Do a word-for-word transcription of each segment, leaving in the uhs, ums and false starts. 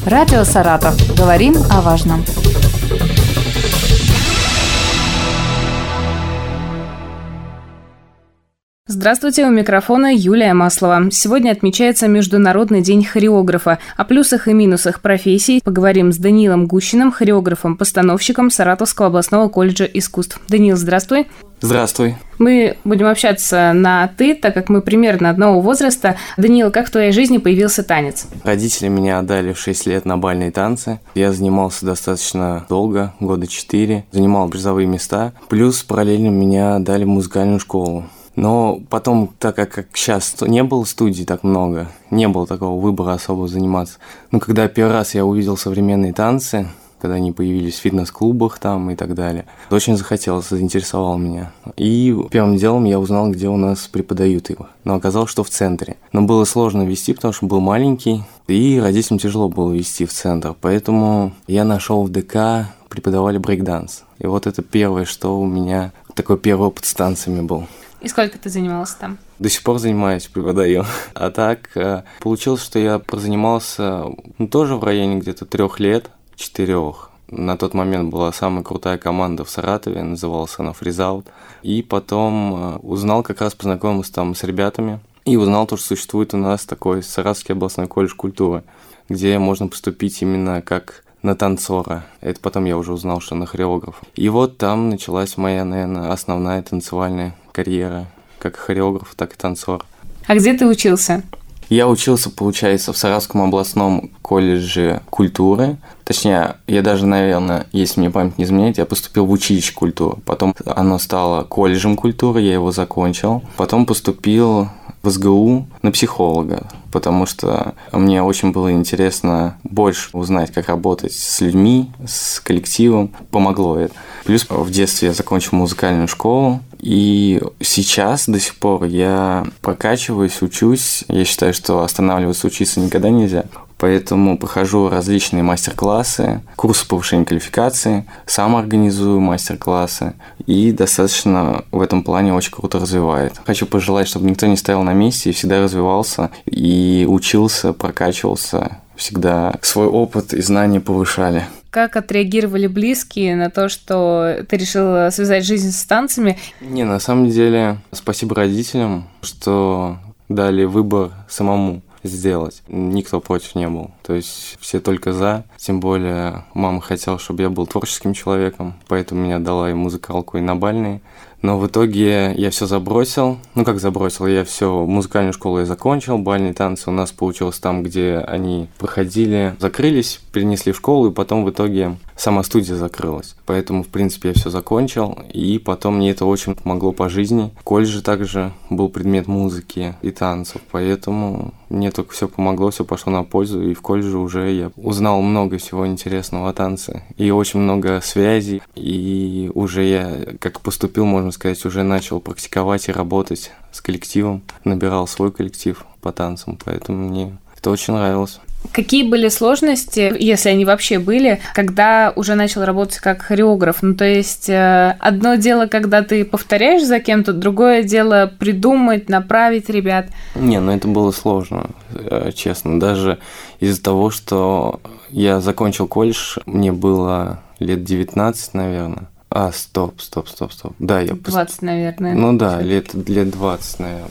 Радио Саратов. Говорим о важном. Здравствуйте, у микрофона Юлия Маслова. Сегодня отмечается Международный день хореографа. О плюсах и минусах профессии поговорим с Даниилом Гущиным, хореографом-постановщиком Саратовского областного колледжа искусств. Даниил, здравствуй. Здравствуй. Мы будем общаться на «ты», так как мы примерно одного возраста. Даниил, как в твоей жизни появился танец? Родители меня отдали в шесть лет на бальные танцы. Я занимался достаточно долго, года четыре. Занимал призовые места. Плюс параллельно меня отдали в музыкальную школу. Но потом, так как, как сейчас не было студий так много, не было такого выбора особо заниматься. Но когда первый раз я увидел современные танцы, когда они появились в фитнес-клубах там и так далее, очень захотелось, заинтересовал меня. И первым делом я узнал, где у нас преподают его. Но оказалось, что в центре. Но было сложно вести, потому что был маленький, и родителям тяжело было вести в центр. Поэтому я нашел в ДК, преподавали брейк-данс. И вот это первое, что у меня, такой первый опыт с танцами был. И сколько ты занимался там? До сих пор занимаюсь, преподаю. А так, получилось, что я прозанимался ну, тоже в районе где-то трех лет, четырех. На тот момент была самая крутая команда в Саратове, называлась она «Фризаут». И потом узнал, как раз познакомился там с ребятами, и узнал то, что существует у нас такой Саратовский областной колледж культуры, где можно поступить именно как на танцора. Это потом я уже узнал, что на хореографа. И вот там началась моя, наверное, основная танцевальная карьера, как хореограф, так и танцор. А где ты учился? Я учился, получается, в Саратовском областном колледже культуры. Точнее, я даже, наверное, если мне память не изменяет, я поступил в училище культуры. Потом оно стало колледжем культуры, я его закончил. Потом поступил в СГУ на психолога, потому что мне очень было интересно больше узнать, как работать с людьми, с коллективом. Помогло это. Плюс в детстве я закончил музыкальную школу, и сейчас до сих пор я прокачиваюсь, учусь. Я считаю, что останавливаться, учиться никогда нельзя. Поэтому прохожу различные мастер-классы, курсы повышения квалификации, сам организую мастер-классы и достаточно в этом плане очень круто развивает. Хочу пожелать, чтобы никто не стоял на месте и всегда развивался, и учился, прокачивался, всегда свой опыт и знания повышали. Как отреагировали близкие на то, что ты решил связать жизнь с танцами? Не, на самом деле, спасибо родителям, что дали выбор самому сделать. Никто против не был. То есть все только за. Тем более мама хотела, чтобы я был творческим человеком, поэтому меня дала и музыкалку, и на бальные. Но в итоге я все забросил. Ну как забросил? Я все музыкальную школу я закончил, бальные танцы у нас получилось там, где они проходили, закрылись, перенесли в школу, и потом в итоге сама студия закрылась. Поэтому, в принципе, я все закончил, и потом мне это очень помогло по жизни. В колледже также был предмет музыки и танцев, поэтому мне только все помогло, все пошло на пользу, и в колледже уже я узнал много всего интересного о танце, и очень много связей, и уже я, как поступил, можно сказать, уже начал практиковать и работать с коллективом, набирал свой коллектив по танцам, поэтому мне это очень нравилось. Какие были сложности, если они вообще были, когда уже начал работать как хореограф? Ну, то есть, одно дело, когда ты повторяешь за кем-то, другое дело придумать, направить ребят. Не, ну это было сложно, честно. Даже из-за того, что я закончил колледж, мне было лет девятнадцать, наверное. А, стоп, стоп, стоп, стоп. Да, я двадцать, наверное. Ну да, лет, лет двадцать, наверное.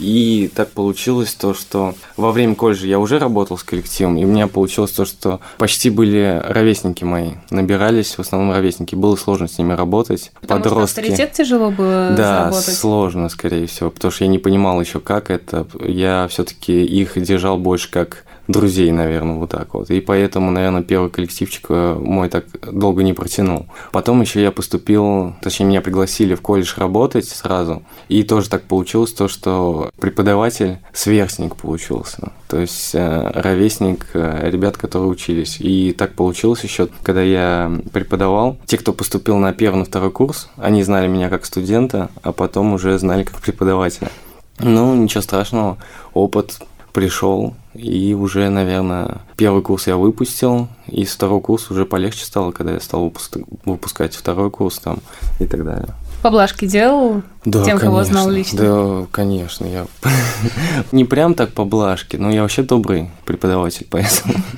И так получилось то, что во время колледжа я уже работал с коллективом, и у меня получилось то, что почти были ровесники мои, набирались в основном ровесники, было сложно с ними работать. Потому подростки. Что авторитет тяжело было да, заработать. Да, сложно, скорее всего, потому что я не понимал еще, как это. Я все-таки их держал больше как друзей, наверное, вот так вот. И поэтому, наверное, первый коллективчик мой так долго не протянул. Потом еще я поступил, точнее, меня пригласили в колледж работать сразу. И тоже так получилось то, что преподаватель сверстник получился. То есть ровесник ребят, которые учились. И так получилось еще, когда я преподавал. Те, кто поступил на первый, на второй курс, они знали меня как студента, а потом уже знали как преподавателя. Ну, ничего страшного, опыт пришел, и уже, наверное, первый курс я выпустил, и с второго курса уже полегче стало, когда я стал выпуск... выпускать второй курс там и так далее. Поблажки делал да, тем, конечно. кого знал лично? Да, конечно. Я не прям так поблажки, но я вообще добрый преподаватель, поэтому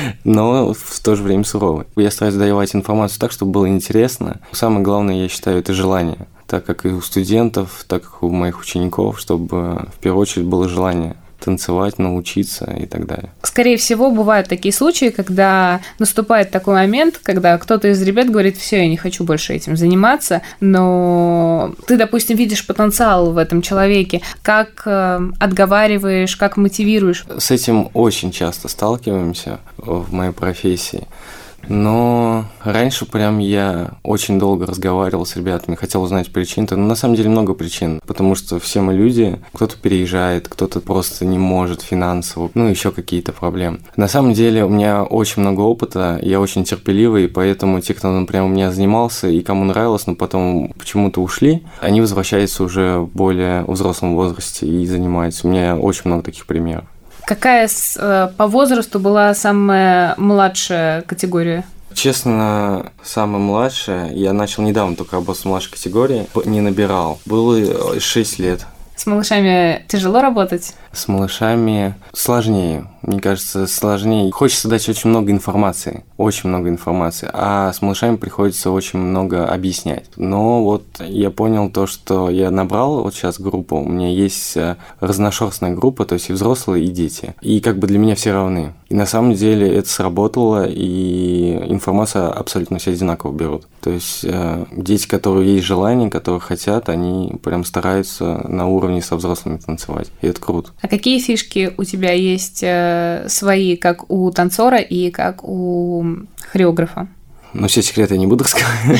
но в то же время суровый. Я стараюсь давать информацию так, чтобы было интересно. Самое главное, я считаю, это желание. Так как и у студентов, так как и у моих учеников, чтобы в первую очередь было желание танцевать, научиться и так далее. Скорее всего, бывают такие случаи, когда наступает такой момент, когда кто-то из ребят говорит: все, я не хочу больше этим заниматься, но ты, допустим, видишь потенциал в этом человеке. Как э, отговариваешь, как мотивируешь? С этим очень часто сталкиваемся в моей профессии. Но раньше прям я очень долго разговаривал с ребятами, хотел узнать причины. Но на самом деле много причин, потому что все мы люди, кто-то переезжает, кто-то просто не может финансово, ну еще какие-то проблемы. На самом деле у меня очень много опыта, я очень терпеливый, поэтому те, кто, например, у меня занимался и кому нравилось, но потом почему-то ушли, они возвращаются уже в более взрослом возрасте и занимаются. У меня очень много таких примеров. Какая по возрасту была самая младшая категория? Честно, самая младшая, я начал недавно только работать в младшей категории, не набирал, было шесть лет. С малышами тяжело работать? С малышами сложнее. Мне кажется, сложнее. Хочется дать очень много информации. Очень много информации. А с малышами приходится очень много объяснять. Но вот я понял то, что я набрал вот сейчас группу. У меня есть разношерстная группа, то есть и взрослые, и дети. И как бы для меня все равны. И на самом деле это сработало, и информацию абсолютно все одинаково берут. То есть э, дети, которые есть желание, которые хотят, они прям стараются на уровне со взрослыми танцевать. И это круто. А какие фишки у тебя есть э, свои, как у танцора и как у хореографа? Ну, все секреты я не буду рассказывать.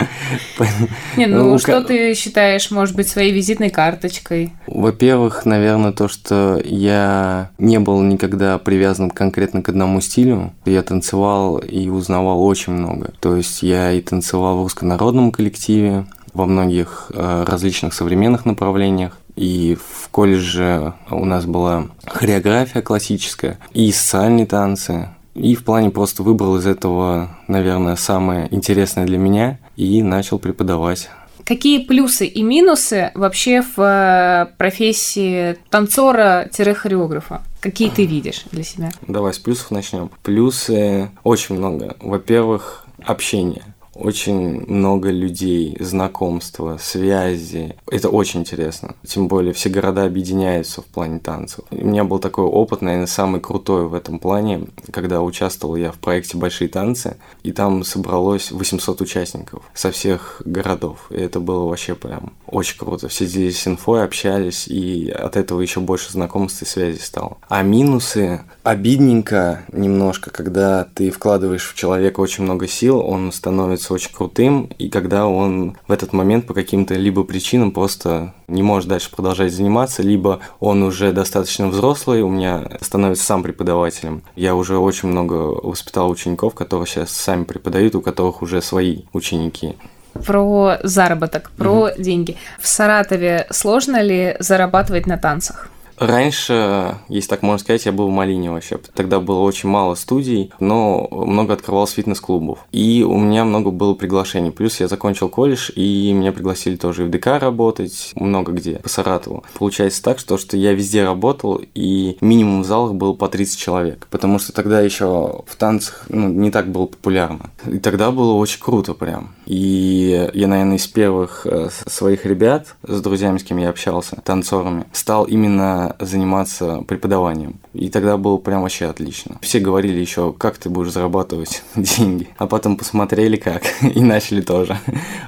Не, ну что ты считаешь, может быть, своей визитной карточкой? Во-первых, наверное, то, что я не был никогда привязан конкретно к одному стилю. Я танцевал и узнавал очень много. То есть я и танцевал в руссконародном коллективе, во многих различных современных направлениях. И в колледже у нас была хореография классическая, и социальные танцы. И в плане просто выбрал из этого, наверное, самое интересное для меня и начал преподавать. Какие плюсы и минусы вообще в профессии танцора-хореографа? Какие ты видишь для себя? Давай с плюсов начнем. Плюсы очень много. Во-первых, общение. Очень много людей, знакомства, связи. Это очень интересно. Тем более все города объединяются в плане танцев. У меня был такой опыт, наверное, самый крутой в этом плане, когда участвовал я в проекте «Большие танцы», и там собралось восемьсот участников со всех городов. И это было вообще прям очень круто. Все делились с инфой, общались, и от этого еще больше знакомств и связи стало. А минусы? Обидненько немножко, когда ты вкладываешь в человека очень много сил, он становится очень крутым, и когда он в этот момент по каким-то либо причинам просто не может дальше продолжать заниматься, либо он уже достаточно взрослый, у меня становится сам преподавателем. Я уже очень много воспитал учеников, которые сейчас сами преподают, у которых уже свои ученики. Про заработок, про mm-hmm. деньги. В Саратове сложно ли зарабатывать на танцах? Раньше, если так можно сказать, я был в Малине вообще. Тогда было очень мало студий, но много открывалось фитнес-клубов. И у меня много было приглашений. Плюс я закончил колледж, и меня пригласили тоже и в ДК работать, много где, по Саратову. Получается так, что, что я везде работал, и минимум в залах было по тридцать человек. Потому что тогда еще в танцах ну, не так было популярно. И тогда было очень круто прям. И я, наверное, из первых своих ребят, с друзьями, с кем я общался, танцорами, стал именно заниматься преподаванием. И тогда было прям вообще отлично. Все говорили еще, как ты будешь зарабатывать деньги. А потом посмотрели как, и начали тоже.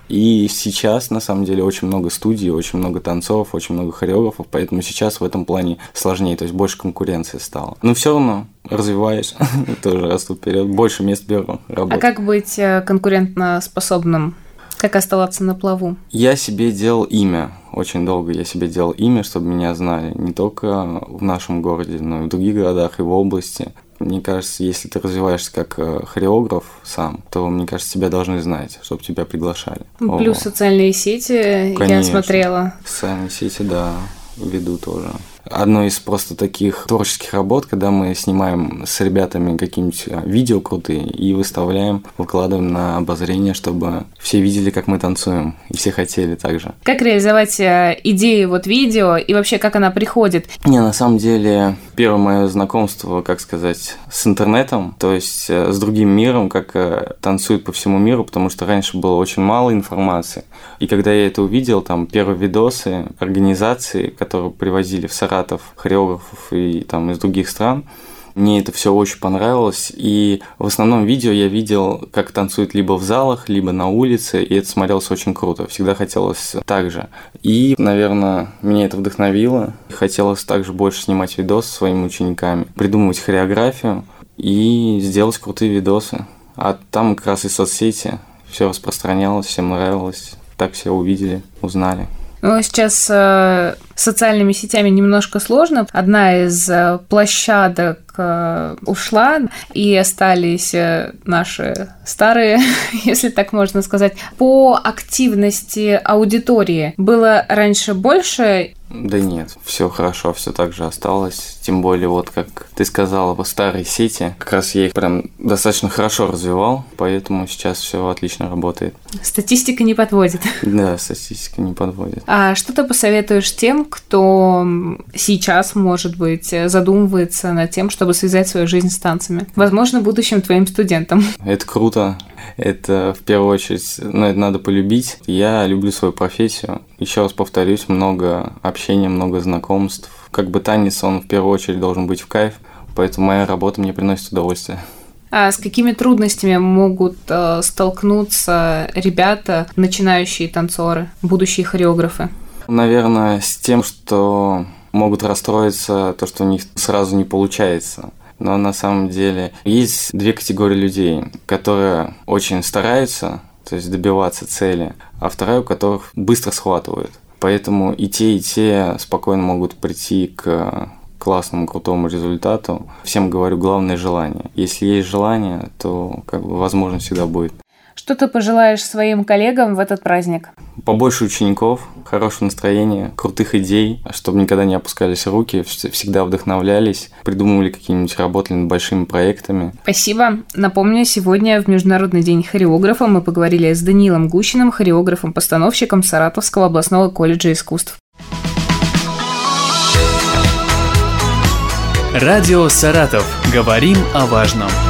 И сейчас, на самом деле, очень много студий, очень много танцоров, очень много хореографов, поэтому сейчас в этом плане сложнее, то есть больше конкуренции стало. Но все равно развиваюсь, тоже расту вперед, больше мест беру, работаю. А как быть конкурентоспособным? Как оставаться на плаву? Я себе делал имя. Очень долго я себе делал имя, чтобы меня знали. Не только в нашем городе, но и в других городах, и в области. Мне кажется, если ты развиваешься как хореограф сам, то, мне кажется, тебя должны знать, чтобы тебя приглашали. Плюс О. социальные сети, Конечно. Я смотрела. Социальные сети, да, веду тоже. одной из просто таких творческих работ, когда мы снимаем с ребятами какие-нибудь видео крутые и выставляем, выкладываем на обозрение, чтобы все видели, как мы танцуем, и все хотели так же. Как реализовать идею вот видео и вообще как она приходит? Не, на самом деле, первое мое знакомство, как сказать, с интернетом, то есть с другим миром, как танцуют по всему миру, потому что раньше было очень мало информации. И когда я это увидел, там первые видосы организации, которые привозили в Саратов хореографов и там из других стран, мне это все очень понравилось, и в основном видео я видел, как танцуют либо в залах, либо на улице, и это смотрелось очень круто, всегда хотелось так же. И, наверное, меня это вдохновило, хотелось также больше снимать видосы со своими учениками, придумывать хореографию и сделать крутые видосы. А там как раз и соцсети, все распространялось, всем нравилось, так все увидели, узнали. Ну, сейчас э, с социальными сетями немножко сложно. Одна из э, площадок э, ушла, и остались э, наши старые, если так можно сказать. По активности аудитории было раньше больше? Да нет, все хорошо, все так же осталось. Тем более, вот как ты сказала, по старой сети, как раз я их прям достаточно хорошо развивал, поэтому сейчас все отлично работает. Статистика не подводит. Да, статистика не подводит. А что ты посоветуешь тем, кто сейчас, может быть, задумывается над тем, чтобы связать свою жизнь с танцами? Возможно, будущим твоим студентам. Это круто. Это в первую очередь, ну, это надо полюбить. Я люблю свою профессию. Еще раз повторюсь, много общения, много знакомств. Как бы танец, он в первую очередь должен быть в кайф, поэтому моя работа мне приносит удовольствие. А с какими трудностями могут э, столкнуться ребята, начинающие танцоры, будущие хореографы? Наверное, с тем, что могут расстроиться, то, что у них сразу не получается. Но на самом деле есть две категории людей, которые очень стараются, то есть добиваться цели, а вторая, у которых быстро схватывают. Поэтому и те, и те спокойно могут прийти к классному, крутому результату. Всем говорю, главное желание. Если есть желание, то как бы возможность всегда будет. Что ты пожелаешь своим коллегам в этот праздник? Побольше учеников, хорошего настроения, крутых идей, чтобы никогда не опускались руки, всегда вдохновлялись, придумывали какие-нибудь, работали над большими проектами. Спасибо. Напомню, сегодня в Международный день хореографа мы поговорили с Даниилом Гущиным, хореографом-постановщиком Саратовского областного колледжа искусств. Радио «Саратов». Говорим о важном.